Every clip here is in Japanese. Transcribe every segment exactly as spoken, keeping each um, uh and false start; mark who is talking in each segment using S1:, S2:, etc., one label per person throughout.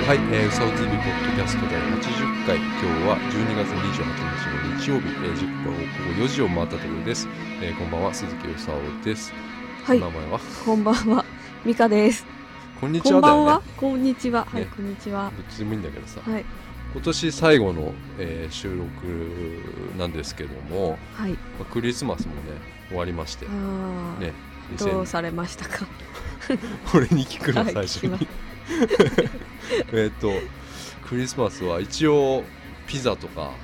S1: はい、えー、うさお ティーブイ ポッドキャストだいはちじゅっかい、今日はじゅうにがつにじゅうはちにちの日曜日、えー、時刻は午後よじを回ったところです。えー、こんばんは、鈴木うさおです。
S2: はい、
S1: お名前は？
S2: こんばんは、ミカです。
S1: こんにちはだよね。
S2: こんばんは、こんにちは、はい、
S1: ね、
S2: こんにちは。
S1: どっちでもいいんだけどさ、
S2: はい、
S1: 今年最後の、えー、収録なんですけども、
S2: はい、
S1: まあ、クリスマスもね終わりまして、
S2: あ
S1: ね、
S2: どうされましたか？
S1: 俺に聞くの、
S2: はい、
S1: 最初にえっとクリスマスは一応ピザとか、
S2: はい、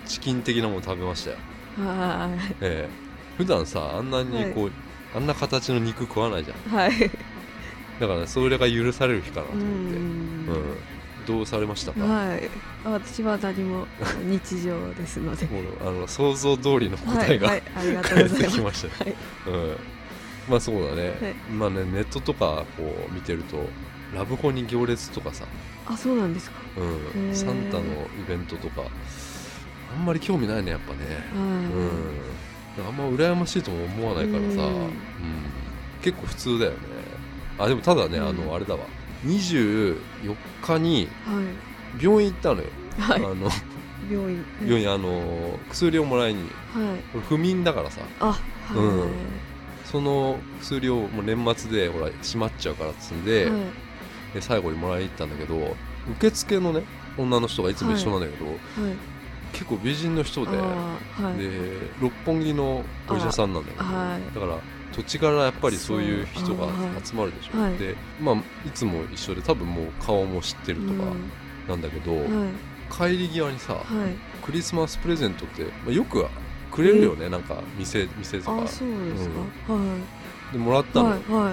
S1: チキン的なもの食べましたよ。
S2: はい、
S1: えー、普段さあんなにこう、はい、あんな形の肉食わないじゃん。
S2: はい、
S1: だから、ね、それが許される日かなと思って。うん、うん、どうされましたか？
S2: はい、私は何も日常ですので
S1: もうあの想像通りの答えが、はいはい、ありがとうございます。きました、ね。はい、うん、まあそうだね、はい、まあね、ネットとかこう見てるとラブホに行列とかさ、
S2: あ、そうなんですか。
S1: うん、サンタのイベントとかあんまり興味ないね、やっぱね。うん、あんま羨ましいとも思わないからさ、うん、結構普通だよね。あ、でもただね、うん、あのあれだわ、にじゅうよっかに病院行ったのよ。はい、あの
S2: 病院、
S1: 病院、あの薬をもらいに、はい、不眠だからさ、あ、はい、うん、その薬をもう年末でほら閉まっちゃうからっつんで、はい、で最後にもらいに行ったんだけど、受付のね女の人がいつも一緒なんだけど、はいはい、結構美人の人で、はい、で六本木のお医者さんなんだけど、はい、だから土地柄やっぱりそういう人が集まるでしょ、はい、で、まあ、いつも一緒で多分もう顔も知ってるとかなんだけど、うん、帰り際にさ、はい、クリスマスプレゼントって、まあ、よくくれるよね、なんか 店, 店とか。
S2: あ、そうですか、うん、はい、
S1: でもらったの、はいはい、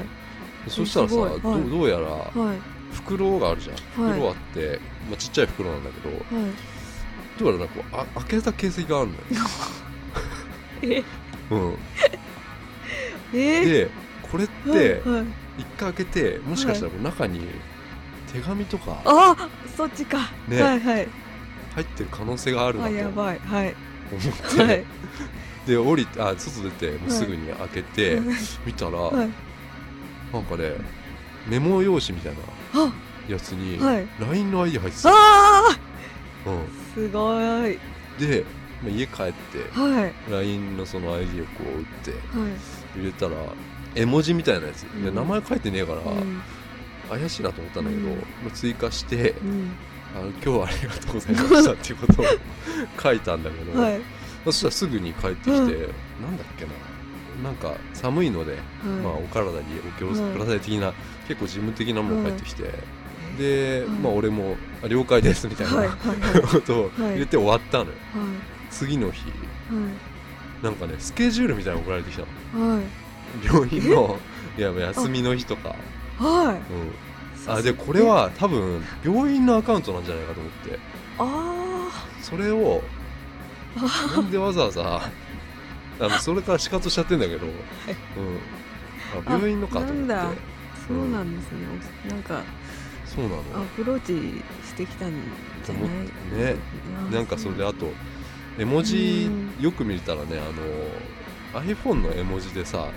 S1: そしたらさ、はい、ど, どうやら、はい、袋があるじゃん、袋あって、はい、まあ、ちっちゃい袋なんだけど、はい、どうやらなんかこうあ開けた形跡があるのよえ、うん、えー、でこれって、はいはい、一回開けてもしかしたら中に手紙とか、
S2: はい、あ、そっちか、ね、はいはい、
S1: 入ってる可能性があるなと思って、
S2: はいはい、
S1: はい、で降りて、あ、外出てもうすぐに開けて、はい、見たら、はい、なんかねメモ用紙みたいなやつに ライン の アイディー 入ってた。
S2: あ、
S1: うん、
S2: すごい。
S1: で、まあ、家帰って、はい、ライン のその アイディー をこう打って、はい、入れたら絵文字みたいなやつ、うん、で名前書いてねえから、うん、怪しいなと思ったんだけど、うん、まあ、追加して、うん、あの今日はありがとうございましたっていうことを書いたんだけど、はい、そしたらすぐに帰ってきて、うん、なんだっけな、なんか寒いので、はい、まあ、お体にお気をつけください的な、はい、結構事務的なものが返ってきて、はい、で、はい、まあ、俺も了解ですみたいな、はい、ことを入れて終わったのよ、はい、次の日、はい、なんかねスケジュールみたいなの送られてきたの、はい、病院のいや休みの日とか、はい、うん、あでこれは多分病院のアカウントなんじゃないかと思って、あそれをなんでわざわざあのそれからシカトしちゃってんだけど、はい、うん、あ病院のかと思って。
S2: なんだ、そうなんですね、うん、なんか
S1: そうなの
S2: アプローチしてきたんじゃない
S1: ね。なんかそれであと絵文字よく見たらね、あの iPhone の絵文字でさ、はい、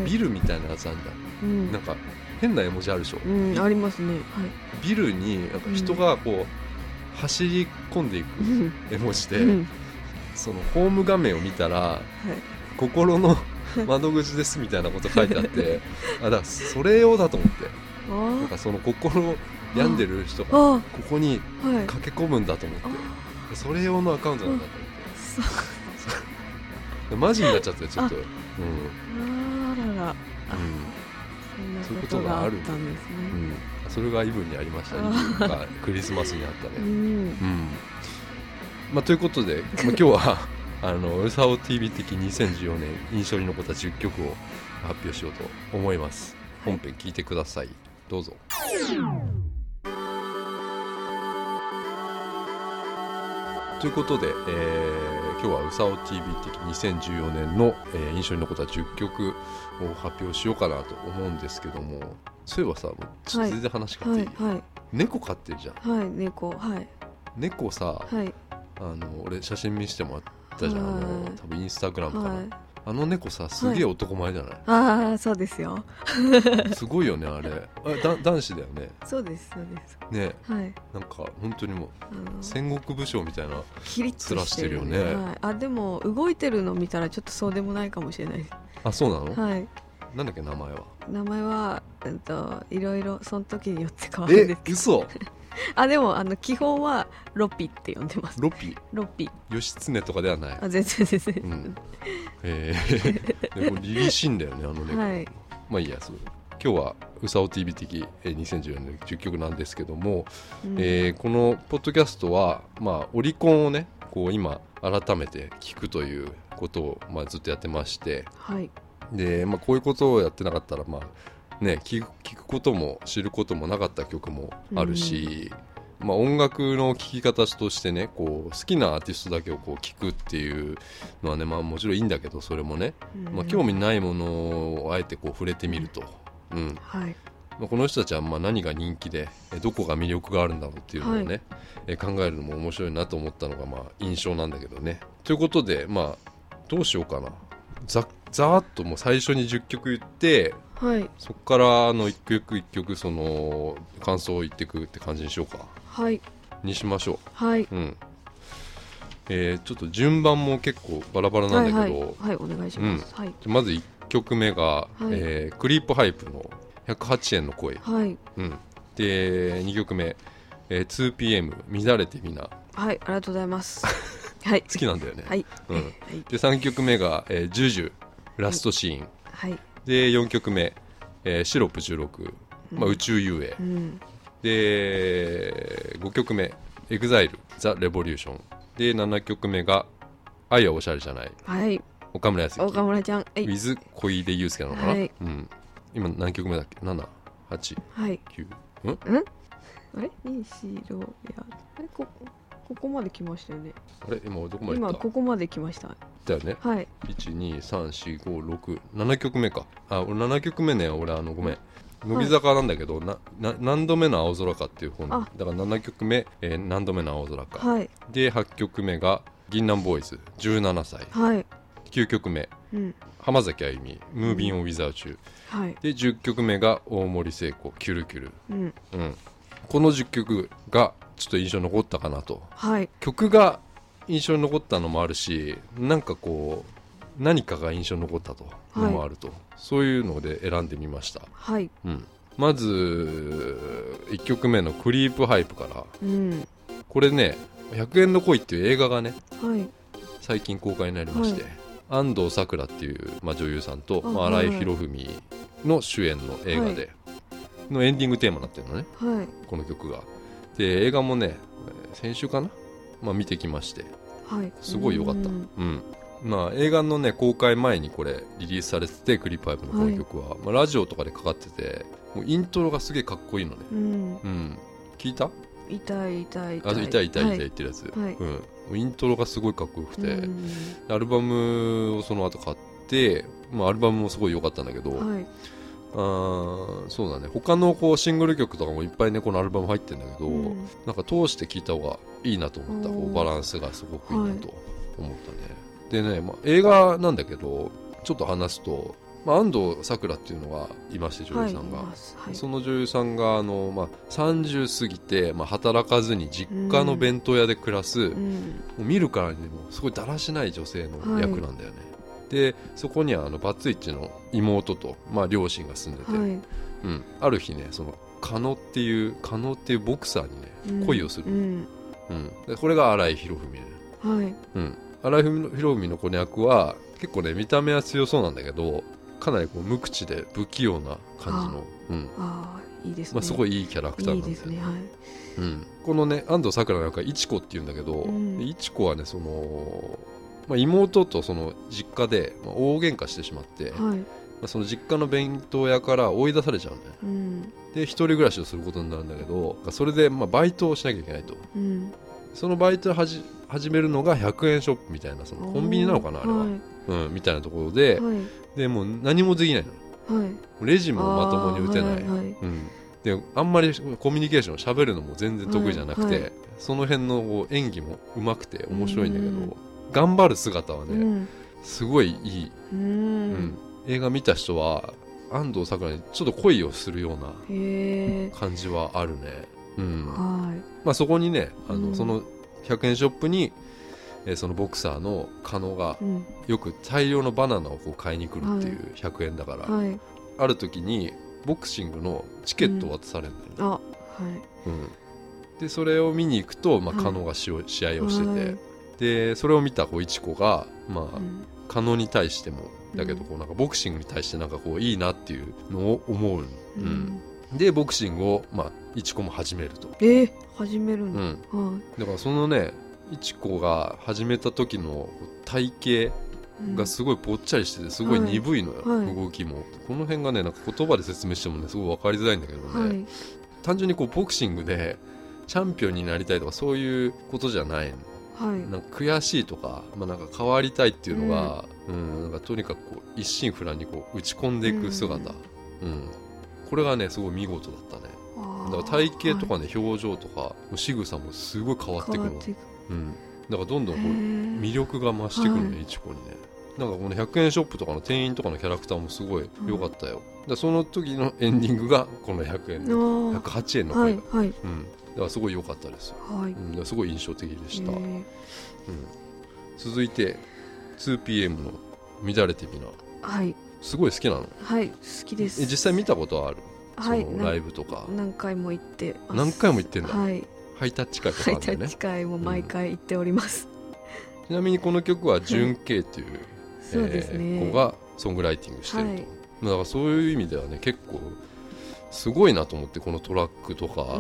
S1: ビルみたいなやつあるじゃん、うん、なんか変な絵文字あるでしょ、
S2: うん、ありますね、はい、
S1: ビルになんか人がこう、うん、走り込んでいく絵文字で、うん、そのホーム画面を見たら、はい、心の窓口ですみたいなこと書いてあってあ、だからそれ用だと思って、なんかその心病んでる人がここに駆け込むんだと思って、はい、それ用のアカウントなんだと思ってマジになっちゃってちょっと、うん、
S2: あらら、うん、そんなことがあったんですね、
S1: うん、それがイブにありました、ね、クリスマスにあったね、うんうん、まあ、ということで、まあ、今日はあのうさお ティーブイ 的にせんじゅうよねん印象に残ったじゅっきょくを発表しようと思います。本編聞いてください、どうぞ。ということで、えー、今日はうさお ティーブイ 的にせんじゅうよねんの、えー、印象に残ったじゅっきょくを発表しようかなと思うんですけども、そういえばさ、ちょっと全然話変わっていい、はいはい、猫飼ってるじゃん。
S2: はい、猫、はい、
S1: 猫さ、はい、あの俺写真見せてもらったじゃん、あの多分インスタグラムかな、はい、 あの猫さすげえ男前じゃない、はい、
S2: ああそうですよ
S1: すごいよねあれあだ男子だよね
S2: そうですそうです
S1: ね、
S2: はい、
S1: なんか本当にもう戦国武将みたいな
S2: キリッとしてるよね、はい、あでも動いてるの見たらちょっとそうでもないかもしれないです。
S1: あそうなの、
S2: はい、
S1: なんだっけ名前は
S2: 名前は、えっと、いろいろその時によって変わるんですけど、
S1: え嘘
S2: あでもあの基本はロピって呼んでます。
S1: ロピ
S2: ロピ
S1: 義経とかではない。
S2: あ全然全然、
S1: うん、えー、でも凛々しいんだよねあの猫、はい、まあいいやそう今日はうさお ティーブイ 的にせんじゅうよねんのじゅっきょくなんですけども、うんえー、このポッドキャストは、まあ、オリコンをねこう今改めて聞くということを、まあ、ずっとやってまして、
S2: はい
S1: でまあ、こういうことをやってなかったら、まあね、聞く、聞くことも知ることもなかった曲もあるし、うんまあ、音楽の聴き方としてねこう好きなアーティストだけをこう聴くっていうのはね、まあ、もちろんいいんだけどそれもね、うんまあ、興味ないものをあえてこう触れてみると、うん
S2: はい
S1: まあ、この人たちはまあ何が人気でどこが魅力があるんだろうっていうのをね、はいえ考えるのも面白いなと思ったのがまあ印象なんだけどね。ということでまあどうしようかなざざーっともう最初にじゅっきょく言って、はい、そこからあのいっきょくいっきょくその感想を言っていくって感じにしようか、
S2: はい、
S1: にしましょう、
S2: はい
S1: うんえー、ちょっと順番も結構バラバラなんだけど、
S2: はいはい、はい、お願いします、うんはい、
S1: まずいっきょくめが、はいえー、クリープハイプのひゃくはちえんの声、
S2: はいうん、
S1: でにきょくめ、えー、ツーピーエム 乱れてみな
S2: はいありがとうございますはい、
S1: 好きなんだよね、
S2: はい
S1: うんはい、でさんきょくめが、えー、ジュジュラストシーン、
S2: はい、
S1: でよんきょくめ、えー、シロップじゅうろく、まあ、宇宙遊泳、うん、でごきょくめエグザイルザ・レボリューションでななきょくめが愛はおしゃれじゃない、
S2: はい、
S1: 岡村康之
S2: 岡村ちゃん、はい、
S1: ウィズ小出祐介なのかな、はいうん、今何曲目だっけなな、はち、
S2: はい、
S1: きゅう、んん
S2: あれ西郎やあれこここまで来ましたよね。
S1: あれ今どこまで行った
S2: 今ここまで来ました
S1: だよね、はい、いちにさんしごろくななきょくめかあ俺ななきょくめね俺あのごめん乃木坂なんだけど、はい、なな何度目の青空かっていう本だからななきょくめ、えー、何度目の青空か、はい、ではちきょくめが銀杏ボーイズじゅうななさい、はい、きゅうきょくめ、うん、浜崎あゆみムービンオンウィザーチュー、はい、でじゅっきょくめが大森聖子キュルキュル、うんうん、このじゅっきょくがちょっと印象に残ったかなと、はい、曲が印象に残ったのもあるしなんかこう何かが印象に残ったとのもあると、はい、そういうので選んでみました、はいうん、まずいっきょくめのクリープハイプから、うん、これねひゃくえんの恋っていう映画がね、はい、最近公開になりまして、はい、安藤サクラっていう、まあ、女優さんと、まあ、新井博文の主演の映画で、はい、のエンディングテーマになってるのね、はい、この曲がで映画もね先週かな、まあ、見てきまして、はい、すごい良かった、うんうんまあ、映画のね公開前にこれリリースされててクリップハイプのこの曲は、はいまあ、ラジオとかでかかっててもうイントロがすげえかっこいいのね、うんうん、聞いた
S2: 痛い痛い痛い
S1: あ痛い痛い痛い言ってるやつ、はいうん、イントロがすごいかっこよくて、うん、アルバムをその後買って、まあ、アルバムもすごい良かったんだけど、はいあそうだね他のこうシングル曲とかもいっぱいねこのアルバム入ってるんだけど、うん、なんか通して聴いた方がいいなと思ったこうバランスがすごくいいなと思ったね、はい、でね、まあ、映画なんだけどちょっと話すと、まあ、安藤サクラっていうのがいまして女優さんが、はいはい、その女優さんがあの、まあ、さんじゅう過ぎて、まあ、働かずに実家の弁当屋で暮らす、うん、もう見るからにもすごいだらしない女性の役なんだよね、はいでそこにはあのバツイチの妹と、まあ、両親が住んでて、はいうん、ある日ねその加納っていう加納っていうボクサーにね、うん、恋をする、うんうん、でこれが新井博文ね、はいうん、新井博文のこの役は結構ね見た目は強そうなんだけどかなりこう無口で不器用な感じのあ、うん、あいいですね、まあ、すごいいいキャラクターなんだよね、いいですね、はいうん、このね安藤サクラの役はいちこっていうんだけど、うん、いちこはねそのまあ、妹とその実家で大喧嘩してしまって、はいまあ、その実家の弁当屋から追い出されちゃうんだよ、うん、で一人暮らしをすることになるんだけどそれでまあバイトをしなきゃいけないと、うん、そのバイトをはじ始めるのがひゃくえんショップみたいなそのコンビニなのかなあれは、はいうん、みたいなところで、はい、でもう何もできないの、はい、レジもまともに打てない、はいはいうん、であんまりコミュニケーション喋るのも全然得意じゃなくて、はいはい、その辺の演技も上手くて面白いんだけど、うん頑張る姿はね、うん、 すごいいい、
S2: うん、うん、
S1: 映画見た人は安藤サクラにちょっと恋をするような感じはあるね、うん、はい、まあ、そこにねあの、うん、そのひゃくえんショップに、えー、そのボクサーの加納がよく大量のバナナをこう買いに来るっていうひゃくえんだから、はい、ある時にボクシングのチケットを渡されるんだよね、うん、あ、はい、うん、でそれを見に行くと、まあ、加納がしお、はい、試合をしてて、はい、でそれを見たこうイチコが、まあ、うん、加納に対してもだけどこうなんかボクシングに対してなんかこういいなっていうのを思う、うんうん、でボクシングを、まあ、イチコも始めると。
S2: えー、始めるんだ、うん、
S1: はい、だからそのねイチコが始めた時の体型がすごいぽっちゃりしててすごい鈍いのよ、はい、動きもこの辺がねなんか言葉で説明してもねすごい分かりづらいんだけどね、はい、単純にこうボクシングでチャンピオンになりたいとかそういうことじゃないの、はい、なんか悔しいとか、まあ、なんか変わりたいっていうのが、うんうん、なんかとにかくこう一心不乱にこう打ち込んでいく姿、うんうん、これがねすごい見事だったね。だから体型とかね、はい、表情とか仕草もすごい変わってくるの、うん、だからどんどんこう魅力が増してくるね、イチコにね。なんかこのひゃくえんショップとかの店員とかのキャラクターもすごい良かったよ、うん、だその時のエンディングがこのひゃくえんのひゃくはちえんの声が、はいはい、うん、だからすごい良かったですよ、はい、うん、だからすごい印象的でした、うん、続いて ツーピーエム の乱れてみな、はい、すごい好きなの？
S2: はい、好きです。
S1: 実際見たことはある？
S2: はい、
S1: そのライブとか
S2: 何回も行ってます。
S1: 何回も行ってんだ、
S2: はい、
S1: ハイタッチ会とかあるんだよね。
S2: ハイタッチ会も毎回行っております、
S1: うん、ちなみにこの曲は純慶っていう、はい、そうですね、えー、子がソングライティングしてると、はい、だからそういう意味ではね結構すごいなと思って、このトラックとか、うんうん、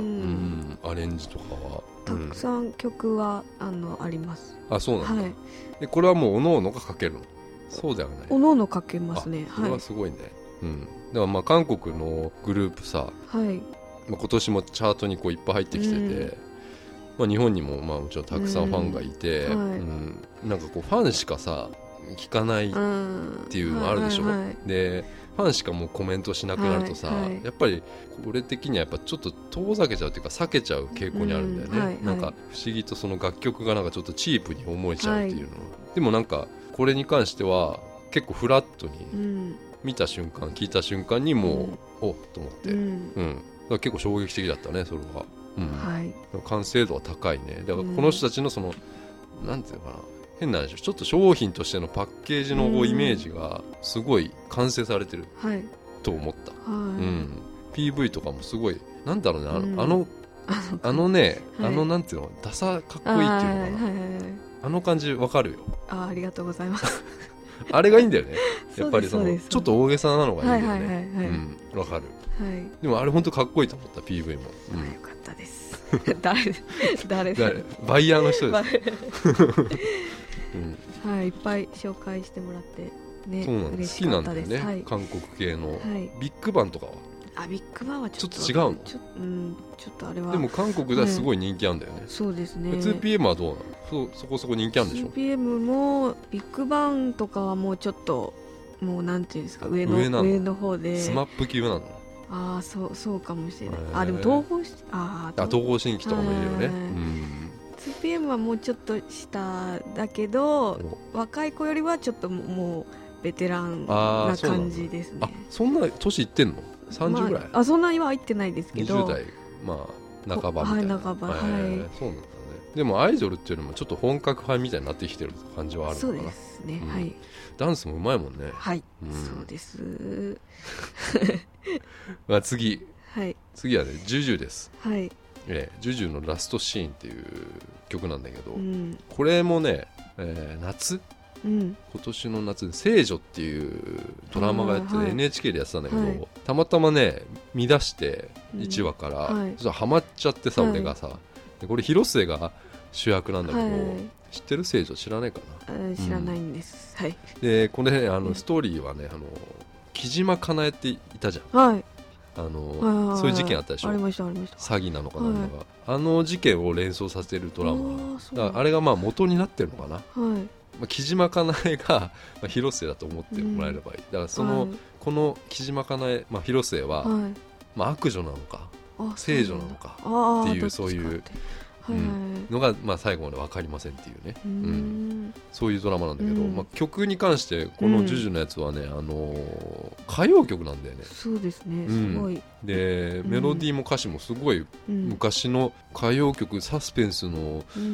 S1: アレンジとかは
S2: たくさん曲は、うん、あのあります。
S1: あ、そうなんだ、はい、でこれはもう各々が書けるの？そうではない、
S2: 各々書けますね。
S1: それはすごいね、はい、うん、だからまあ韓国のグループさ、はい、まあ、今年もチャートにこういっぱい入ってきてて、うん、まあ、日本にもまあもちろんたくさんファンがいて、うん、はい、うん、なんかこうファンしかさ聞かないっていうのあるでしょ、うん、はいはいはい、でファンしかもうコメントしなくなるとさ、はいはい、やっぱり俺的にはやっぱちょっと遠ざけちゃうというか避けちゃう傾向にあるんだよね、うん、はいはい、なんか不思議とその楽曲がなんかちょっとチープに思えちゃうっていうの、はい、でもなんかこれに関しては結構フラットに、うん、見た瞬間聞いた瞬間にもう、うん、おっと思って、うんうん、だから結構衝撃的だったねそれは、うん、はい、完成度は高いね。だからこの人たちのその、うん、なんていうのかな、変な話、ちょっと商品としてのパッケージのイメージがすごい完成されてると思った、はい、うん、ピーブイ とかもすごいなんだろうね、あの、うん、あのあのね、はい、あのなんていうのダサかっこいいっていうのかな、あ、はいはいはい、あの感じわかるよ。
S2: あ, ありがとうございます
S1: あれがいいんだよねやっぱりそのちょっと大げさなのがいいんだよね、はいはいはいはい、うん、わかる、はい、でもあれ本当かっこいいと思った ピーブイ も、うん、
S2: あ、よかったです誰誰
S1: 誰バイヤーの人です
S2: うん、はい、いっぱい紹介してもらってね、
S1: そうなんです、好きなんだよね、はい、韓国系の、はい、ビッグバンとかは
S2: あ、ビッグバンはちょっと
S1: ちょっと違うの？
S2: ちょ、うん、ちょっとあれは
S1: でも韓国ではすごい人気あるんだよね、はい、
S2: そうですね。
S1: ツーピーエム はどうなの？ そ, そこそこ人気あるんでしょ？
S2: ツーピーエム もビッグバンとかはもうちょっともうなんていうんですか、上の上 の, 上の方で
S1: スマップ級なの？
S2: ああ、そうそうかもしれない。あ、でも東方し
S1: ああ東方神起とかもいるよね、うん、
S2: ツーピーエム はもうちょっと下だけど若い子よりはちょっともうベテランな感じですね。
S1: あ、そんな年いってんの？さんじゅうぐらい、
S2: まあ、あ、そんなには入ってないですけどにじゅう代、まあ、半ばみたいな、 はい、半ば、はい、
S1: そうなんだね。でもアイドルっていうのもちょっと本格派みたいになってきてる感じはあるのかな。
S2: そうですね、うん、はい、
S1: ダンスもうまいもんね。
S2: はい、うん、そうです
S1: まあ次、
S2: はい、
S1: 次はねジュジュです、
S2: はい、
S1: えー、ジュジュのラストシーンっていう曲なんだけど、うん、これもね、えー、夏、うん、今年の夏に聖女っていうドラマがやってて、はい、エヌエイチケー でやってたんだけど、はい、たまたまね見出していちわから、うん、はい、ちょっとハマっちゃってさ、はい、俺がさ、でこれ広末が主役なんだけど、はい、知ってる？聖女知らないかな？
S2: 知らないんです、うん、はい。
S1: でこれ、ね、あのストーリーはね、あの木島かなえっていたじゃん、はい、あのはい、そういう事件あったでしょ。
S2: ありましたありました。
S1: 詐欺なのかなんだか、はい、あの事件を連想させるドラマだから、あれがまあ元になってるのかな、はい、まあ、木島かなえが、まあ、広末だと思ってもらえればいい、うん、だからその、はい、この木島かなえ、まあ、広末は、はい、まあ、悪女なのか聖女なのかっていう、そういう
S2: はいはい、
S1: うん、のが、まあ、最後まで分かりませんっていうね、
S2: うーん、
S1: うん、そういうドラマなんだけど、
S2: うん、
S1: まあ、曲に関してこのジュジュのやつはね、うん、あのー、歌謡曲なんだよね。
S2: そうですね、
S1: うん、
S2: すごい。
S1: でメロディーも歌詞もすごい昔の歌謡曲、サスペンスの、うん、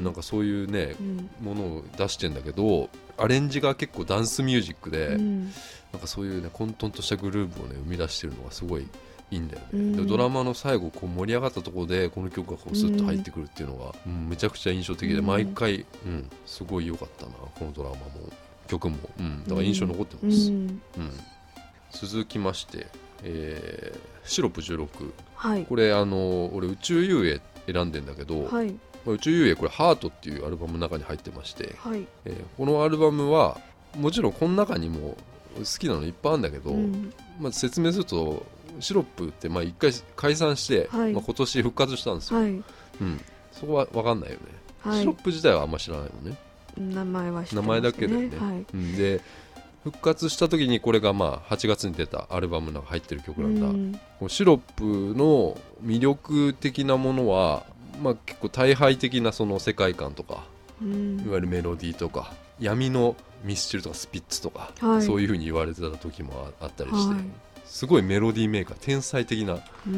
S1: なんかそういうね、うん、ものを出してんだけど、アレンジが結構ダンスミュージックで、うん、なんかそういうね混沌としたグルーヴをね生み出してるのがすごいいいんだよね、うん、でドラマの最後こう盛り上がったところでこの曲がこうスッと入ってくるっていうのが、うん、めちゃくちゃ印象的で、うん、毎回、うん、すごい良かったなこのドラマも曲も、うん、だから印象に残ってます、うんうん、続きまして、えー、シロップじゅうろく、はい、これあの俺宇宙遊泳選んでんだけど、はい、宇宙遊泳これハートっていうアルバムの中に入ってまして、はい、えー、このアルバムはもちろんこの中にも好きなのいっぱいあるんだけど、うん、まあ、説明するとシロップっていっかい解散して、はい、まあ、今年復活したんですよ、はい、うん、そこは分かんないよね、はい、シロップ自体はあんま知らないのね、
S2: 名前は知ってますね、
S1: 名前だけだよね、はい、うん、で復活した時にこれがまあはちがつに出たアルバムの中に入ってる曲なんだ、うん、こうシロップの魅力的なものは、まあ、結構大敗的なその世界観とか、うん、いわゆるメロディーとか闇のミスチルとかスピッツとか、はい、そういう風に言われてた時もあったりして、はい、すごいメロディーメーカー、天才的な、うんうん、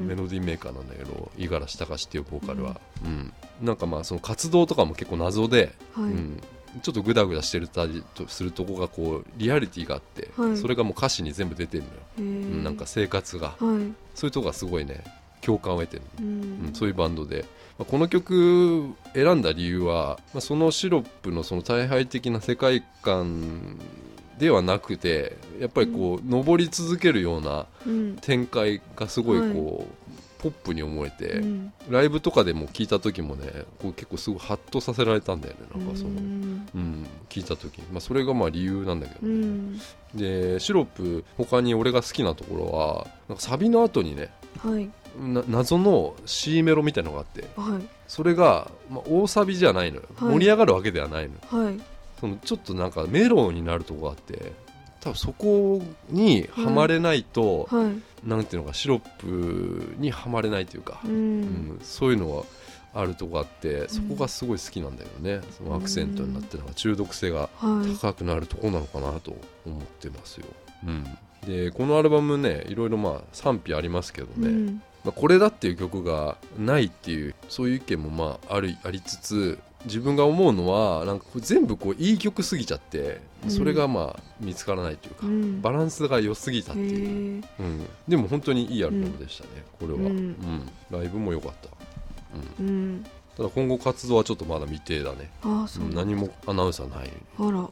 S1: メロディーメーカーなんだけど、五十嵐隆っていうボーカルは、うんうん、なんかまあその活動とかも結構謎で、はい、うん、ちょっとグダグダしてるたりとするとこがこうリアリティがあって、はい、それがもう歌詞に全部出てるのよ、うん、なんか生活が、はい、そういうとこがすごいね共感を得てる、うんうん、そういうバンドで、まあ、この曲選んだ理由は、まあ、そのシロップのその大敗的な世界観ではなくて、やっぱりこう、うん、上り続けるような展開がすごいこう、はい、ポップに思えて、うん、ライブとかでも聞いた時もねこう結構すごいハッとさせられたんだよね、なんかその、うんうん、聞いた時、まあ、それがまあ理由なんだけどね、うん、でシロップ他に俺が好きなところはなんかサビの後にね、はい、な謎の C メロみたいなのがあって、はい、それが、まあ、大サビじゃないのよ、はい、盛り上がるわけではないの、はい、そのちょっとなんかメロになるとこがあって、多分そこにはまれないと、はいはい、なんていうのかシロップにはまれないというか、うんうん、そういうのはあるとこがあって、そこがすごい好きなんだよね、うん、そのアクセントになってなんか中毒性が高くなるとこなのかなと思ってますよ、うん、でこのアルバムねいろいろまあ賛否ありますけどね、うん、まあ、これだっていう曲がないっていうそういう意見もまああるありつつ、自分が思うのはなんか全部こういい曲すぎちゃって、それがまあ見つからないというか、うん、バランスが良すぎたっていう、うん、でも本当にいいアルバムでしたね、うん、これは、うんうん、ライブも良かった、うんうん、ただ今後活動はちょっとまだ未定だね。あ、そう、うん、何もアナウンスはない。
S2: あら、うん、はい、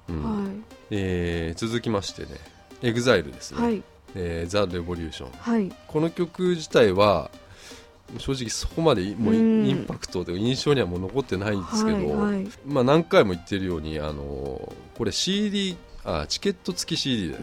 S1: えー、続きましてね エグザイル ですね、はい、えー、ザ・レボリューション、はい、この曲自体は正直そこまでもうインパクトというか印象にはもう残ってないんですけど、はいはい、まあ、何回も言ってるようにあのこれ シーディー あチケット付き シーディー で、うん、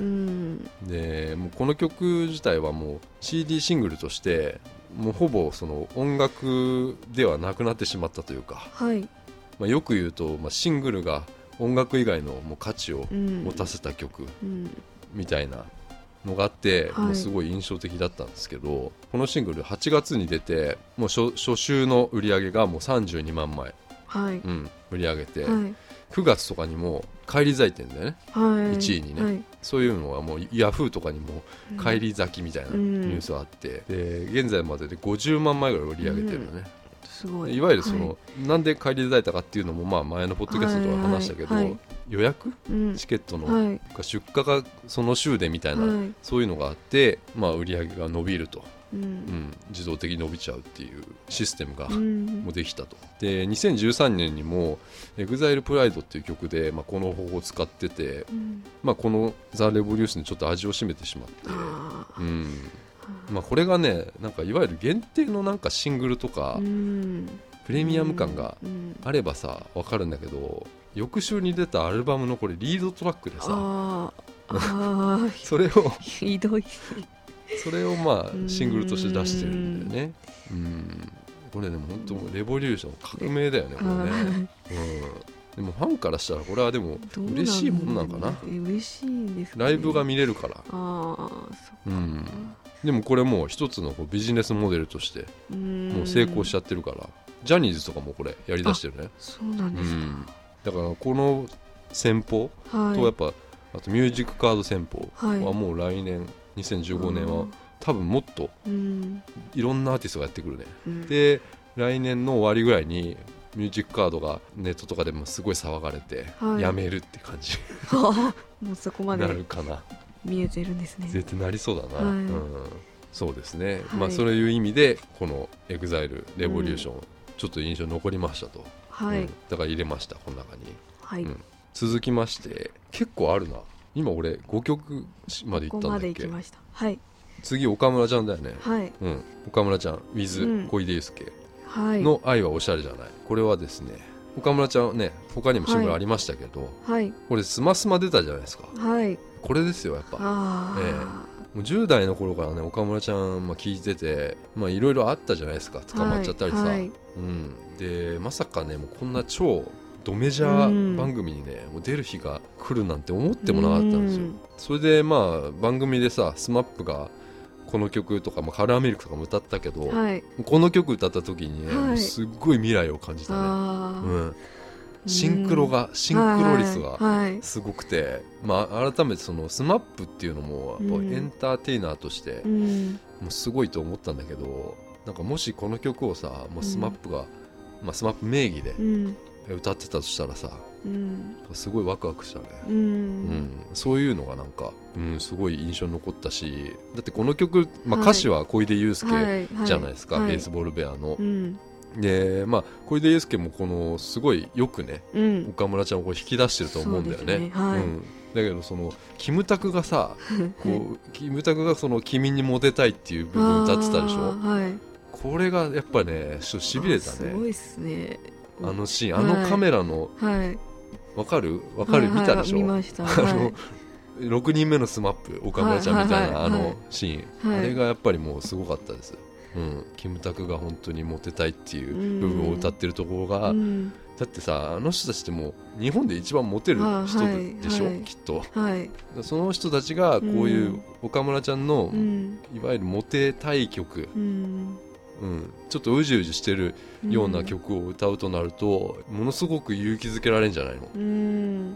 S1: でもうこの曲自体はもう シーディー シングルとしてもうほぼその音楽ではなくなってしまったというか、はい、まあ、よく言うと、まあ、シングルが音楽以外のもう価値を持たせた曲みたいなのがあって、はい、もうすごい印象的だったんですけど、このシングルはちがつに出てもう 初, 初週の売り上げがもうさんじゅうにまんまい、はい、うん、売り上げて、はい、くがつとかにも返り咲いてるんだよね、はい、いちいにね、はい、そういうのはもうヤフーとかにも返り咲きみたいなニュースがあって、うん、で現在まででごじゅうまんまいぐらい売り上げてるのね、うん、すごい。いわゆるその、はい、なんで返り咲いたかっていうのもまあ前のポッドキャストでは話したけど、はいはいはい、予約、うん、チケットの、はい、出荷がその週でみたいな、はい、そういうのがあって、まあ、売り上げが伸びると、うんうん、自動的に伸びちゃうっていうシステムが、うん、もうできたと。でにせんじゅうさんねんにも エグザイル Pride っていう曲で、まあ、この方法を使ってて、うん、まあ、この The Revolution にちょっと味を占めてしまって、うん、まあ、これがねなんかいわゆる限定のなんかシングルとか、うん、プレミアム感があればさ分かるんだけど、翌週に出たアルバムのこれリードトラックでさ、ああそれを
S2: ひどい
S1: それをまあシングルとして出してるんだよね。うん、これでも本当レボリューション革命だよねこれね、うん、でもファンからしたらこれはでも嬉しいもんなんかな。
S2: 嬉しいですね、
S1: ライブが見れるから。
S2: ああ、そっか、うん、
S1: でもこれもう一つのこうビジネスモデルとしてもう成功しちゃってるから、ジャニーズとかもこれやりだしてるね。
S2: そうなんですか、うん、
S1: だからこの戦法とやっぱ、はい、あとミュージックカード戦法はもう来年にせんじゅうごねんは多分もっといろんなアーティストがやってくるね、うん、で来年の終わりぐらいにミュージックカードがネットとかでもすごい騒がれて、はい、やめるって感じ
S2: もうそこまで
S1: なるかな、
S2: 見えてるんですね。
S1: 絶対なりそうだな、はい、うん、そうですね、はい、まあそういう意味でこの エグザイル レボリューション、うん、ちょっと印象残りましたと、はい、うん、だから入れましたこの中に、はい、うん、続きまして結構あるな、今俺ごきょくまでいったんだっけ。ここまで行きました。はい、次岡村ちゃんだよね、はい、うん、岡村ちゃん with 小出祐介の愛はおしゃれじゃない、はい、これはですね岡村ちゃんね他にもシングルありましたけど、はい、これスマスマ出たじゃないですか、はい、これですよやっぱ、えー、もうじゅう代の頃からね岡村ちゃん聴いてていろいろあったじゃないですか、捕まっちゃったりさ、はいはい、うん、でまさかねもうこんな超ドメジャー番組にね、うん、もう出る日が来るなんて思ってもなかったんですよ、うん、それでまあ番組でさスマップがこの曲とか、まあ、カラーミルクとかも歌ったけど、はい、この曲歌った時にね、はい、すっごい未来を感じたね、うん、シンクロが、うん、シンクロ率がすごくて、はいはい、まあ、改めてそのスマップっていうのもやっぱエンターテイナーとして、うん、もうすごいと思ったんだけど、なんかもしこの曲をさもうスマップが、うん、まあ、スマップ名義で歌ってたとしたらさ、うん、すごいワクワクしたね、うんうん、そういうのがなんか、うん、すごい印象に残ったし、だってこの曲、まあ、歌詞は小出祐介じゃないですか、はいはいはい、ベースボールベアの、うん、で、まあ、小出祐介もこのすごいよくね、うん、岡村ちゃんをこう引き出してると思うんだよね、ね、はい、うん、だけどそのキムタクがさこうキムタクがその君にモテたいっていう部分歌ってたでしょ、はい、これがやっぱねちょっとしびれたね、すごいっすね、あのシーン、あのカメラの、はい、わかるわかる、はいはい、見たでしょ、見ました、あの、はい、ろくにんめのスマップ岡村ちゃんみたいな、はいはいはい、あのシーン、はい、あれがやっぱりもうすごかったです、うん、キムタクが本当にモテたいっていう部分を歌ってるところが、うん、だってさあの人たちってもう日本で一番モテる人でしょ、はい、きっと、はい、その人たちがこういう岡村ちゃんの、うん、いわゆるモテたい曲、うんうん、ちょっとうじうじしてるような曲を歌うとなると、うん、ものすごく勇気づけられるんじゃないの、うん、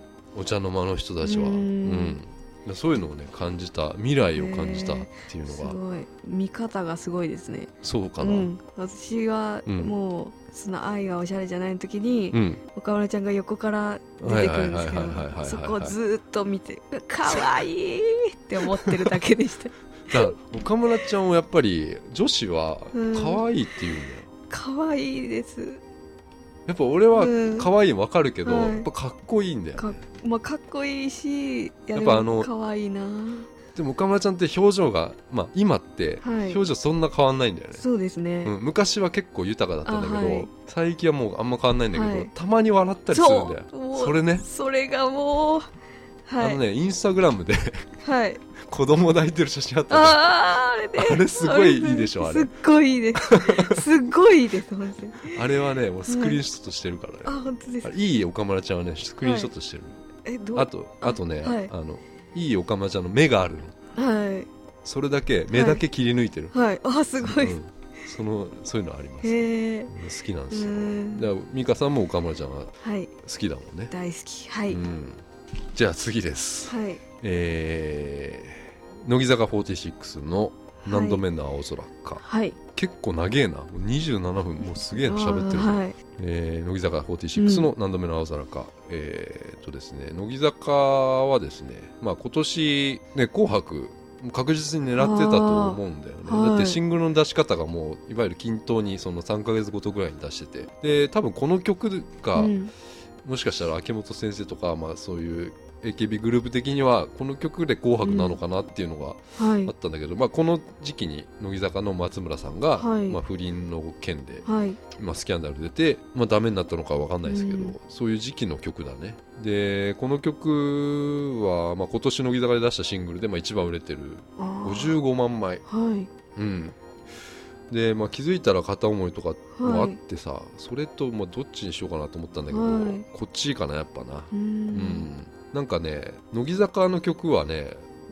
S1: お茶の間の人たちは、うんうん、そういうのをね感じた、未来を感じたっていうのが、すごい
S2: 見方がすごいですね。
S1: そうかな、うん、
S2: 私はもう、うん、その愛がおしゃれじゃないの時に、うん、岡村ちゃんが横から出てくるんですけど、そこをずっと見てかわいいって思ってるだけでした
S1: だから岡村ちゃんをやっぱり女子は可愛いって言うんだよ、
S2: うん、可愛いです。
S1: やっぱ俺は可愛いの分かるけど、うん、やっぱかっこいいんだよね、か、
S2: まあ、かっこいいし、やっぱあの可愛いな。
S1: でも岡村ちゃんって表情が、まあ、今って表情そんな変わんないんだよね、はい、
S2: そうですね、うん、
S1: 昔は結構豊かだったんだけど、はい、最近はもうあんま変わんないんだけど、はい、たまに笑ったりするんだよ。 そ, それね、
S2: それがもう、はい、
S1: あのねインスタグラムではい子供抱いてる写真あったじゃん。
S2: あ, あ, れ、ね、
S1: あれすごいいいでしょ、あれ
S2: すっごいいいですすっごいいいです本当に
S1: あれはねもうスクリーンショットしてるからね、はい、あ本当です。いい岡村ちゃんはねスクリーンショットしてる、はい、えどうあとあとね、はい、あのいい岡村ちゃんの目があるの、はい、それだけ目だけ切り抜いてる、
S2: はい、はい、あすごい、うん、
S1: そのそういうのあります、へ好きなんですよ。だから美香さんも岡村ちゃんは好きだもんね、
S2: はい、大好き、はい、うん、
S1: じゃあ次です、はい、えー、乃木坂フォーティシックスの何度目の青空か、はい、結構長えな、もうにじゅうななふん、もうすげえな喋ってる、はい、えー、乃木坂フォーティシックスの何度目の青空か、うん、えー、っとですね乃木坂はですね、まあ、今年ね紅白確実に狙ってたと思うんだよね、はい、だってシングルの出し方がもういわゆる均等にそのさんかげつごとぐらいに出してて、で多分この曲が、うん、もしかしたら秋元先生とか、まあ、そういう エーケービー グループ的にはこの曲で紅白なのかなっていうのがあったんだけど、うんはい、まあ、この時期に乃木坂の松村さんが、はい、まあ、不倫の件で、はい、まあ、スキャンダル出て、まあ、ダメになったのかは分かんないですけど、うん、そういう時期の曲だね。でこの曲は、まあ、今年乃木坂で出したシングルで、まあ、一番売れてるごじゅうごまんまい、はい、うん、で、まあ、気づいたら片思いとかもあってさ、はい、それと、まあ、どっちにしようかなと思ったんだけど、はい、こっちかなやっぱな。うん、うん、なんかね乃木坂の曲はね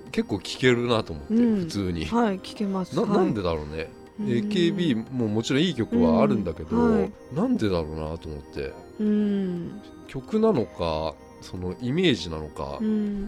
S1: 結構聴けるなと思って、うん、普通に
S2: はい聴けます。
S1: な,
S2: はい、
S1: なんでだろうね。 エーケービー ももちろんいい曲はあるんだけど、うんはい、なんでだろうなと思って、うん、曲なのかそのイメージなのか、うん、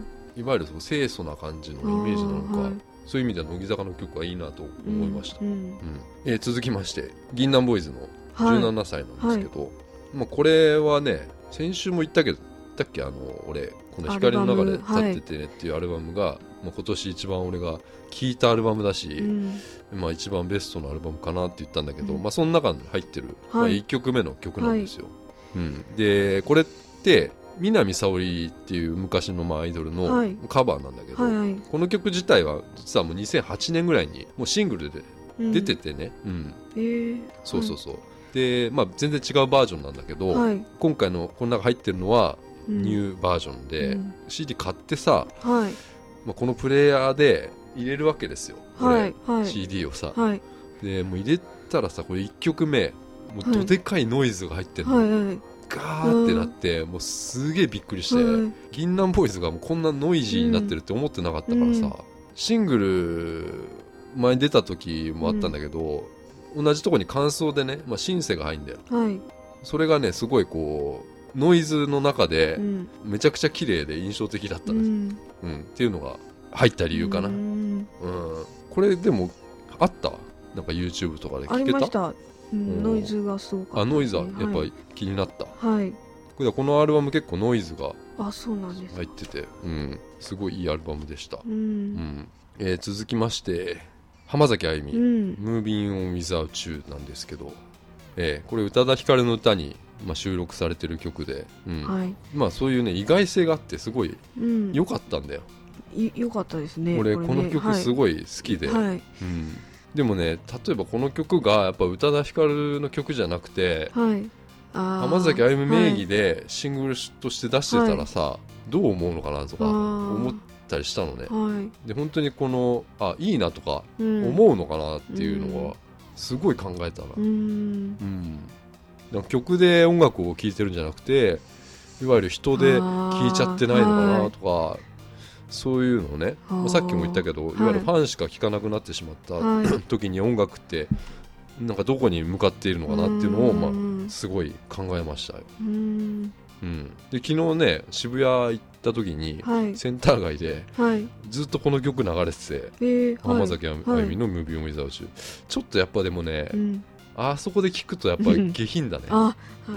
S1: いわゆるその清楚な感じのイメージなのか、はい、そういう意味では乃木坂の曲はいいなと思いました、うんうんうんえー、続きまして銀杏ボーイズのじゅうななさいなんですけど、はいまあ、これはね先週も言ったけど言ったっけあの俺この光の中で立っててねっていうアルバムが、はいまあ、今年一番俺が聴いたアルバムだし、うんまあ、一番ベストのアルバムかなって言ったんだけど、うんまあ、その中に入ってる、はいまあ、いっきょくめの曲なんですよ、はいうん、でこれって南沙織っていう昔のまあアイドルのカバーなんだけど、はいはいはい、この曲自体は実はもうにせんはちねんぐらいにもうシングルで出ててね、うんうんえー、そうそうそう、はい、でまあ、全然違うバージョンなんだけど、はい、今回のこの中入ってるのはニューバージョンで、うん、シーディー 買ってさ、はいまあ、このプレイヤーで入れるわけですよ、はいはい、シーディー をさ、はい、でもう入れたらさこれいっきょくめもうどでかいノイズが入ってるの、はいはいガーってなって、うん、もうすげえびっくりして、うん、銀杏ボーイズがもうこんなノイジーになってるって思ってなかったからさ、うん、シングル前に出た時もあったんだけど、うん、同じとこに間奏でね、まあ、シンセが入るんだよ、はい、それがねすごいこうノイズの中でめちゃくちゃ綺麗で印象的だったんです、うんうん、っていうのが入った理由かな、うんうん、これでもあったなんか YouTube とかで聞けた？
S2: ありました、うん、ノイズがすごかった、ね、
S1: あノイズはやっぱり気になった、はい、これこのアルバム結構ノイズが入ってて、うん、すごいいいアルバムでした、うんうんえー、続きまして浜崎あゆみ、うん、Moving on Without You なんですけど、えー、これ宇多田ヒカルの歌に、まあ、収録されてる曲で、うんはいまあ、そういうね意外性があってすごい良かったんだよ、
S2: うん、良かったですね。
S1: 俺この曲すごい好きで、はいはいうんでもね例えばこの曲がやっぱ宇多田ヒカルの曲じゃなくて、はい、あ浜崎あゆみ名義でシングルとして出してたらさ、はい、どう思うのかなとか思ったりしたのね、はい、で本当にこのあいいなとか思うのかなっていうのはすごい考えたな、うんうんうん、曲で音楽を聴いてるんじゃなくていわゆる人で聴いちゃってないのかなとか、はいそういうのね、まあ、さっきも言ったけど、はい、いわゆるファンしか聴かなくなってしまった、はい、時に音楽ってなんかどこに向かっているのかなっていうのをまあ、すごい考えましたよ。うん、うん、で昨日ね渋谷行った時に、はい、センター街で、はい、ずっとこの曲流れてて、えー、浜崎あゆみの Moving on Without You、はい、ちょっとやっぱでもね、うん、あそこで聴くとやっぱり下品だね、うん、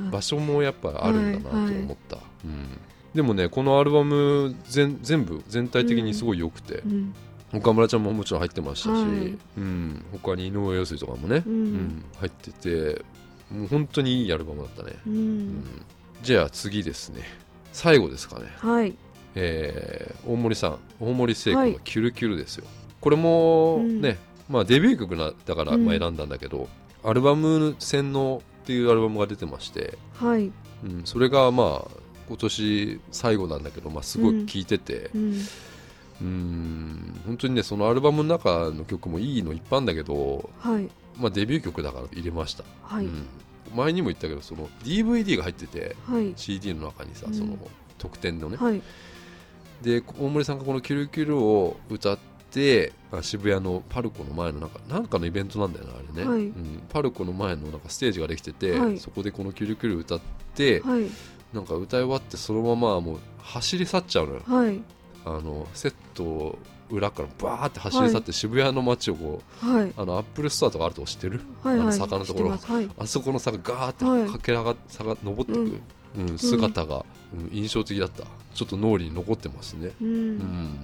S1: 場所もやっぱあるんだなと思った、はいはいうんでもねこのアルバム 全, 全部全体的にすごい良くて、うん、岡村ちゃんももちろん入ってましたし、はいうん、他に井上陽水とかもね、うんうん、入っててもう本当にいいアルバムだったね、うんうん、じゃあ次ですね最後ですかね、はいえー、大森さん大森聖子のキュルキュルですよ、はい、これもね、うんまあ、デビュー曲だからまあ選んだんだけど、うん、アルバム洗脳っていうアルバムが出てまして、はいうん、それがまあ今年最後なんだけど、まあ、すごい聴いてて、うん、うーん本当にねそのアルバムの中の曲もいいのいっぱいあるんだけど、はいまあ、デビュー曲だから入れました、はいうん、前にも言ったけどその ディーブイディー が入ってて、はい、シーディー の中にさ、うん、その特典のね、はい、で大森さんがこのキュルキュルを歌って渋谷のパルコの前のなんか、なんかのイベントなんだよねあれね、はいうん、パルコの前のなんかステージができてて、はい、そこでこのキュルキュル歌って、はいなんか歌い終わってそのままもう走り去っちゃうのよ、はい、あのセット裏からバーって走り去って渋谷の街をこう、はい、あのアップルストアとかあるとこ知ってる、はいはい、あの坂のところ、はい、あそこの坂ガーって駆け上がって坂登っていく、うんうん、姿が、うん、印象的だったちょっと脳裏に残ってますね、うんうん、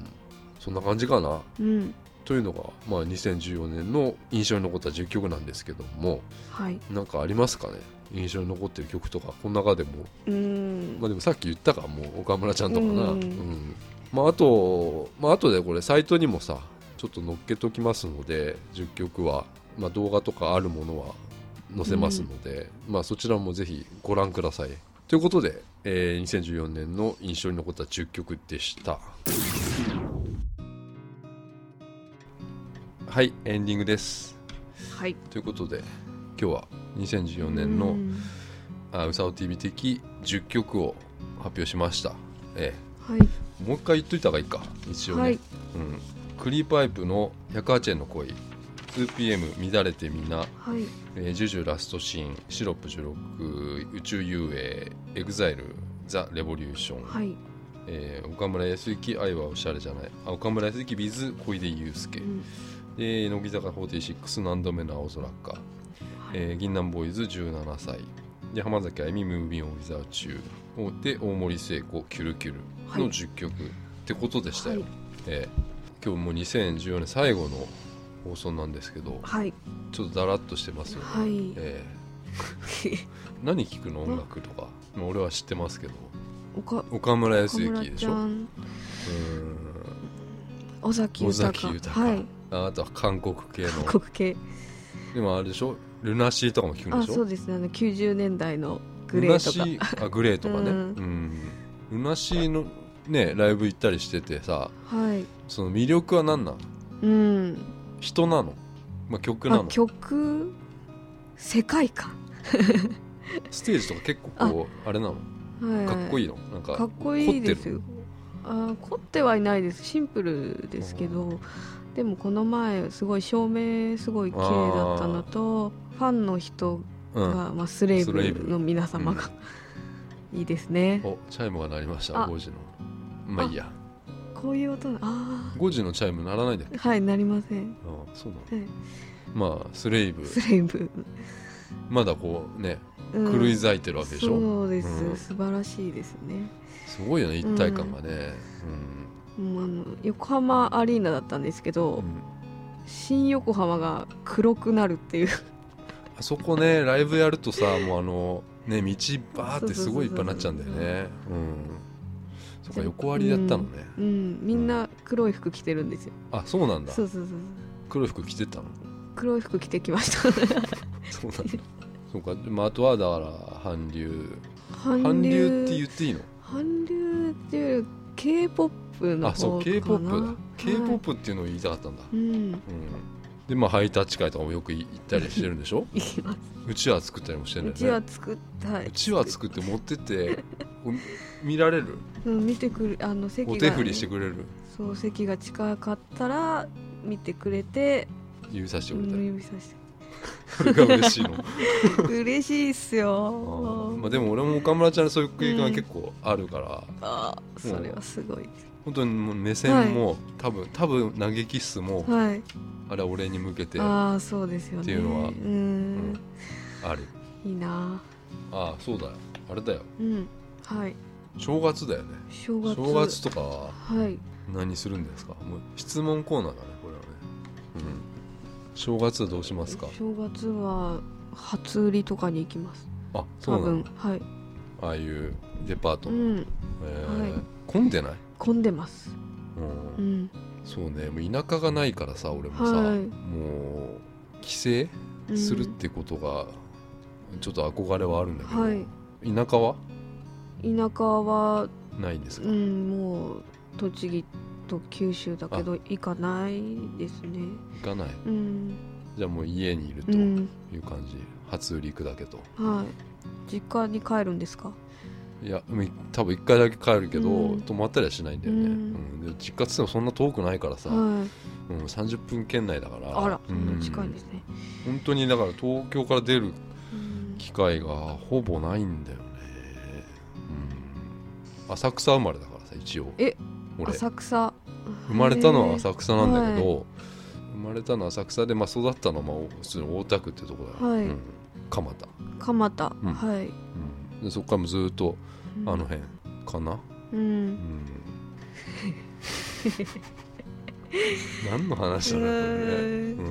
S1: そんな感じかな、うん、というのが、まあ、にせんじゅうよねんの印象に残ったじゅっきょくなんですけども、はい、なんかありますかね印象に残ってる曲とかこの中でもうんまあでもさっき言ったかもう岡村ちゃんとかなうん、うんまあ、あとまあ後でこれサイトにもさちょっと載っけときますのでじゅっきょくは、まあ、動画とかあるものは載せますので、まあ、そちらもぜひご覧くださいということで、えー、にせんじゅうよねんの印象に残ったじゅっきょくでしたはいエンディングです、はい、ということで今日はにせんじゅうよねんのあうさお ティーブイ 的じゅっきょくを発表しました、ええはい、 もう一回言っといた方がいいか一応ね、はい、うん、クリーパイプのひゃくはちえんの恋 ツーピーエム 乱れてみな、はい、えー、ジュジュラストシーン、シロップじゅうろく、宇宙遊泳、エグザイル、ザ・レボリューション、はい、えー、岡村康之、愛はおしゃれじゃない、あ、岡村康之 with 小出祐介、うん、で乃木坂フォーティシックス何度目の青空か、はい、えー、銀杏ボーイズじゅうななさいで、浜崎あゆみムービーオンウィザーチューで、大森聖子キュルキュルのじゅっきょく、はい、ってことでしたよ、はい、えー、今日もにせんじゅうよねん最後の放送なんですけど、はい、ちょっとだらっとしてますよね、はい、えー、何聞くの音楽とか俺は知ってますけど、岡, 岡村康之でしょ、うん、
S2: 尾崎豊、
S1: 尾崎豊、はい、あとは韓国系の
S2: 韓国系
S1: でもあれでしょ、ルナシーとかも聞くんでしょ。
S2: あ、そうですね、あのきゅうじゅうねんだいのグレーとか、
S1: ルナシー、あ、グレーとかね、うん、うん、ルナシーのねライブ行ったりしててさ、はい、その魅力は何なの、うん、人なの、まあ、曲なの、
S2: 曲、世界観
S1: ステージとか結構こう あ, あれなの、はい、かっこいいの、なんか
S2: かっこいいですよ。あ、凝ってはいないです、シンプルですけど、でもこの前すごい照明すごい綺麗だったのと、ファンの人が、うん、まあ、スレイブの皆様が、うん、いいですね。
S1: お、チャイムが鳴りました。ごじの、まあいいや、
S2: こういう音、あ、
S1: ごじのチャイム鳴らないで、
S2: はい、鳴りません。
S1: あ、そうなの、はい、まあスレイブ
S2: スレイブ
S1: まだこうね、うん、狂い咲いてるわけでしょ。
S2: そうです、うん、素晴らしいですね。
S1: すごいよね、一体感がね、
S2: うん、うん、あの横浜アリーナだったんですけど、うん、新横浜が黒くなるっていう
S1: あそこね、ライブやるとさ、もうあのね、道バーってすごいいっぱいになっちゃうんだよね。うん、そっか、横割りだったのね、
S2: うん、うん、みんな黒い服着てるんですよ。
S1: あ、そうなんだ。
S2: そうそうそうそう、
S1: 黒い服着てたの。
S2: 黒い服着てきました
S1: そうなんだ。そうか、まあ、あとはだから韓流韓流って言っていいの？韓
S2: 流っていう K-ポップ の方かな。あ、そう、
S1: K-ポップ だ、はい、K-ポップ っていうのを言いたかったんだ、うんうん、で、まあ、ハイタッチ会とかもよく行ったりしてるんでしょ行きます。うちわ作ったりもしてるんだよね。
S2: うちわ作った
S1: うちわ作って持ってって見られる、
S2: うん、見てくる、あの席が、
S1: お手振りしてくれる。
S2: そう、席が近かったら見てくれて
S1: 指さしてくれたり、うん、
S2: 指さして
S1: それが嬉しいの
S2: 嬉しいっすよ。
S1: あ、まあ、でも俺も岡村ちゃんのそういう経験が結構あるから、うん、
S2: あ、それはすごい。
S1: 本当にもう目線も、はい、多分多分投げキッスも、はい、あれは俺に向けて、
S2: あ、そうですよね、
S1: っていうのは、うん、うん、ある。
S2: いいな
S1: あ。そうだよ、あれだよ、
S2: うん、はい、
S1: 正月だよね。
S2: 正月、
S1: 正月とかは
S2: はい
S1: 何するんですか。もう質問コーナーだね、これはね、うん、正月はどうしますか。
S2: 正月は初売りとかに行きます。
S1: あ、そうなの。
S2: 多分、はい、
S1: ああいうデパート、うん、えー、はい、混んでない？
S2: 混んでます、
S1: うん、うん、そうね、もう田舎がないからさ、俺もさ、はい、もう帰省するってことがちょっと憧れはあるんだけど、はい、田舎は
S2: 田舎は
S1: ないんですか。
S2: うん、もう栃木と九州だけど行かないですね。
S1: 行かない、
S2: うん、
S1: じゃあもう家にいるという感じ、うん、初売り行くだけと。
S2: はい、実家に帰るんですか。
S1: いや、多分いっかいだけ帰るけど、うん、泊まったりはしないんだよね、うんうん、で実家っつってもそんな遠くないからさ、はい、うん、さんじゅっぷん圏内だから。
S2: あら、そんな近いんですね、
S1: うん、本当にだから東京から出る機会がほぼないんだよね、うん、浅草生まれだからさ、一応。
S2: え、俺浅草
S1: 生まれたのは浅草なんだけど、はい、生まれたのは浅草で、まあ、育ったのはまあ普通の大田区ってとこだよ、はい、うん、蒲田
S2: 蒲田、うん、はい、
S1: うん、でそこからもずっとあの辺かな、うん、うん、何の話だろうこれね、うん、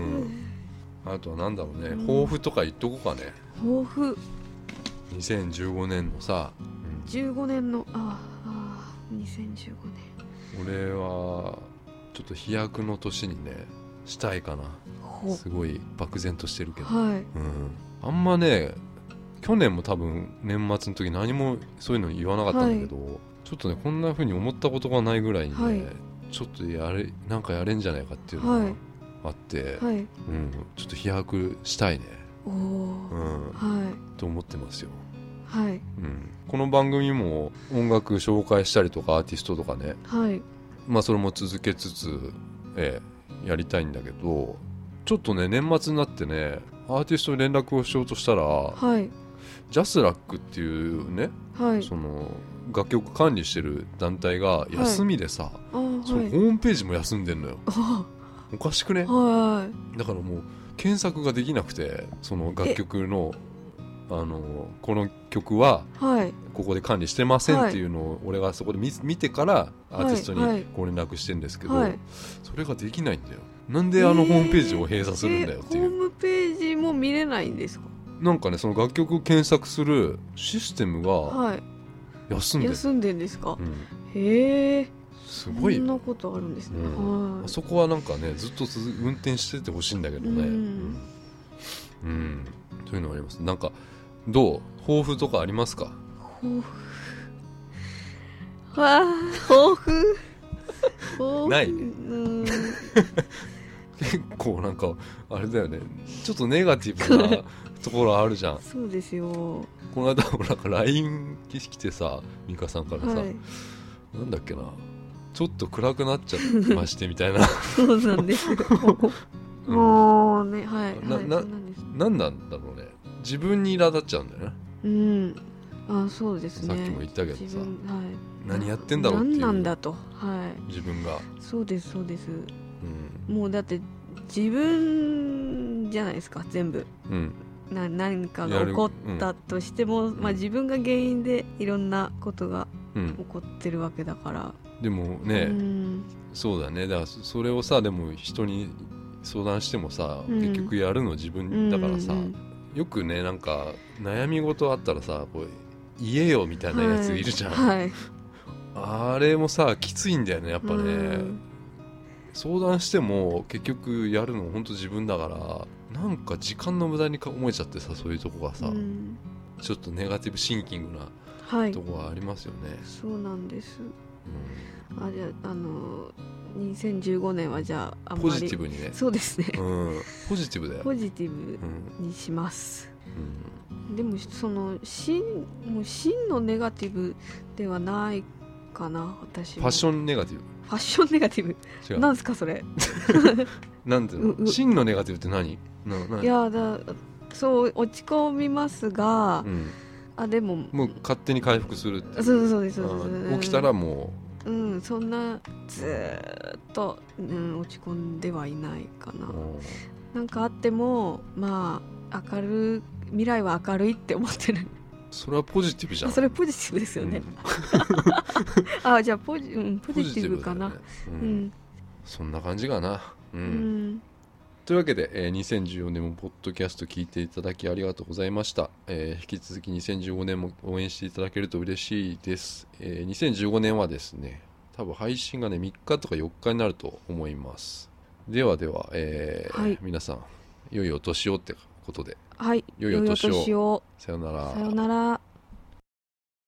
S1: あとはなんだろうね、抱負とか言っとこうかね。
S2: 抱負
S1: にせんじゅうごねんのさ、
S2: うん、じゅうごねんの、ああ、にせんじゅうごねん、
S1: 俺はちょっと飛躍の年にねしたいかな。すごい漠然としてるけど、はい、うん、あんまね、去年も多分年末の時何もそういうの言わなかったんだけど、はい、ちょっとねこんな風に思ったことがないぐらいにね、はい、ちょっとやれなんかやれんじゃないかっていうのがあって、はい、うん、ちょっと飛躍したいね、お、うん、はい、と思ってますよ。
S2: はい、うん、
S1: この番組も音楽紹介したりとかアーティストとかね、
S2: はい、
S1: まあそれも続けつつ、えー、やりたいんだけど、ちょっとね年末になってねアーティストに連絡をしようとしたら、
S2: はい、
S1: ジャスラックっていうね、
S2: はい、
S1: その楽曲管理してる団体が休みでさ、はい、そのホームページも休んでんのよ。おかしくね、
S2: はい、
S1: だからもう検索ができなくて、その楽曲のあのこの曲はここで管理してませんっていうのを俺がそこで 見, 見てからアーティストにご連絡してるんですけど、はいはい、それができないんだよ。なんであのホームページを閉鎖するんだよっていう、
S2: えーえー、ホームページも見れないんですか？
S1: なんかね、その楽曲を検索するシステムが休んでる、はい、
S2: 休んでんですか、うん、へえ、
S1: すごい、
S2: そんなことあるんですね、
S1: うんはい、あそこはなんかねずっと運転しててほしいんだけどね、うん、うん、そういうのあります。なんかどう抱負とかありますか？
S2: 抱負わあ抱負抱負
S1: ない、
S2: うん、
S1: 結構なんかあれだよね、ちょっとネガティブなところあるじゃん。
S2: そうですよ。こ
S1: の間もなんか ライン 来てさ、美香さんからさ、はい、なんだっけな、ちょっと暗くなっちゃってましてみたいな
S2: そうなんですよもうね、はい、
S1: な、
S2: はい、
S1: な、
S2: そうなんです。
S1: なんなんだろうね、自分に苛立っちゃうんだよね。
S2: うん、あ、そうですね。
S1: さっきも言ったけどさ、
S2: 自分、はい、
S1: 何やってんだろうっていう、
S2: 何なんだと、はい、
S1: 自分が。
S2: そうですそうです、
S1: うん、
S2: もうだって自分じゃないですか全部、うん、な何かが起こったとしても、うん、まあ、自分が原因でいろんなことが起こってるわけだから、
S1: うん、でもね、うん、そうだね、だからそれをさ、でも人に相談してもさ、うん、結局やるの自分だからさ、うんうんうん、よくね、なんか悩み事あったらさ、こう言えよみたいなやついるじゃん、はいはい、あれもさきついんだよねやっぱね、うん、相談しても結局やるの本当自分だから、なんか時間の無駄に思えちゃってさ、そういうとこがさ、うん、ちょっとネガティブシンキングなとこがありますよね、はい、
S2: そうなんです、うん、あ、じゃあ、あのにせんじゅうごねんはじゃああんまり
S1: ポジティブにね、
S2: そうですね、
S1: うん、ポジティブだよ、
S2: ポジティブにします、うん、でもその真もう真のネガティブではないかな、私は。
S1: ファッションネガティブ、
S2: ファッションネガティブ、違う、なんですかそれ
S1: なんていうの、真のネガティブって何？なない
S2: やだ、そう落ち込みますが、うん、あでも
S1: もう勝手に回復するって、
S2: そうそうです、そうです、
S1: 起きたらも
S2: う、うん、そんなずっと、うん、落ち込んではいないかな。なんかあってもまあ明るい、未来は明るいって思ってる。
S1: それはポジティブじゃん。
S2: それポジティブですよね、うん、あ、じゃあポジ、うん、ポジティブかな、ね、うんうん、
S1: そんな感じかな、うん、うん、というわけで、えー、にせんじゅうよねんもポッドキャスト聞いていただきありがとうございました、えー、引き続きにせんじゅうごねんも応援していただけると嬉しいです、えー、にせんじゅうごねんはですね、多分配信がねみっかとかよっかになると思います。ではでは、えーはい、皆さん良いお年をってことで、
S2: はい、
S1: 良いお年を。
S2: 良いお年を。
S1: さよなら。
S2: さよなら。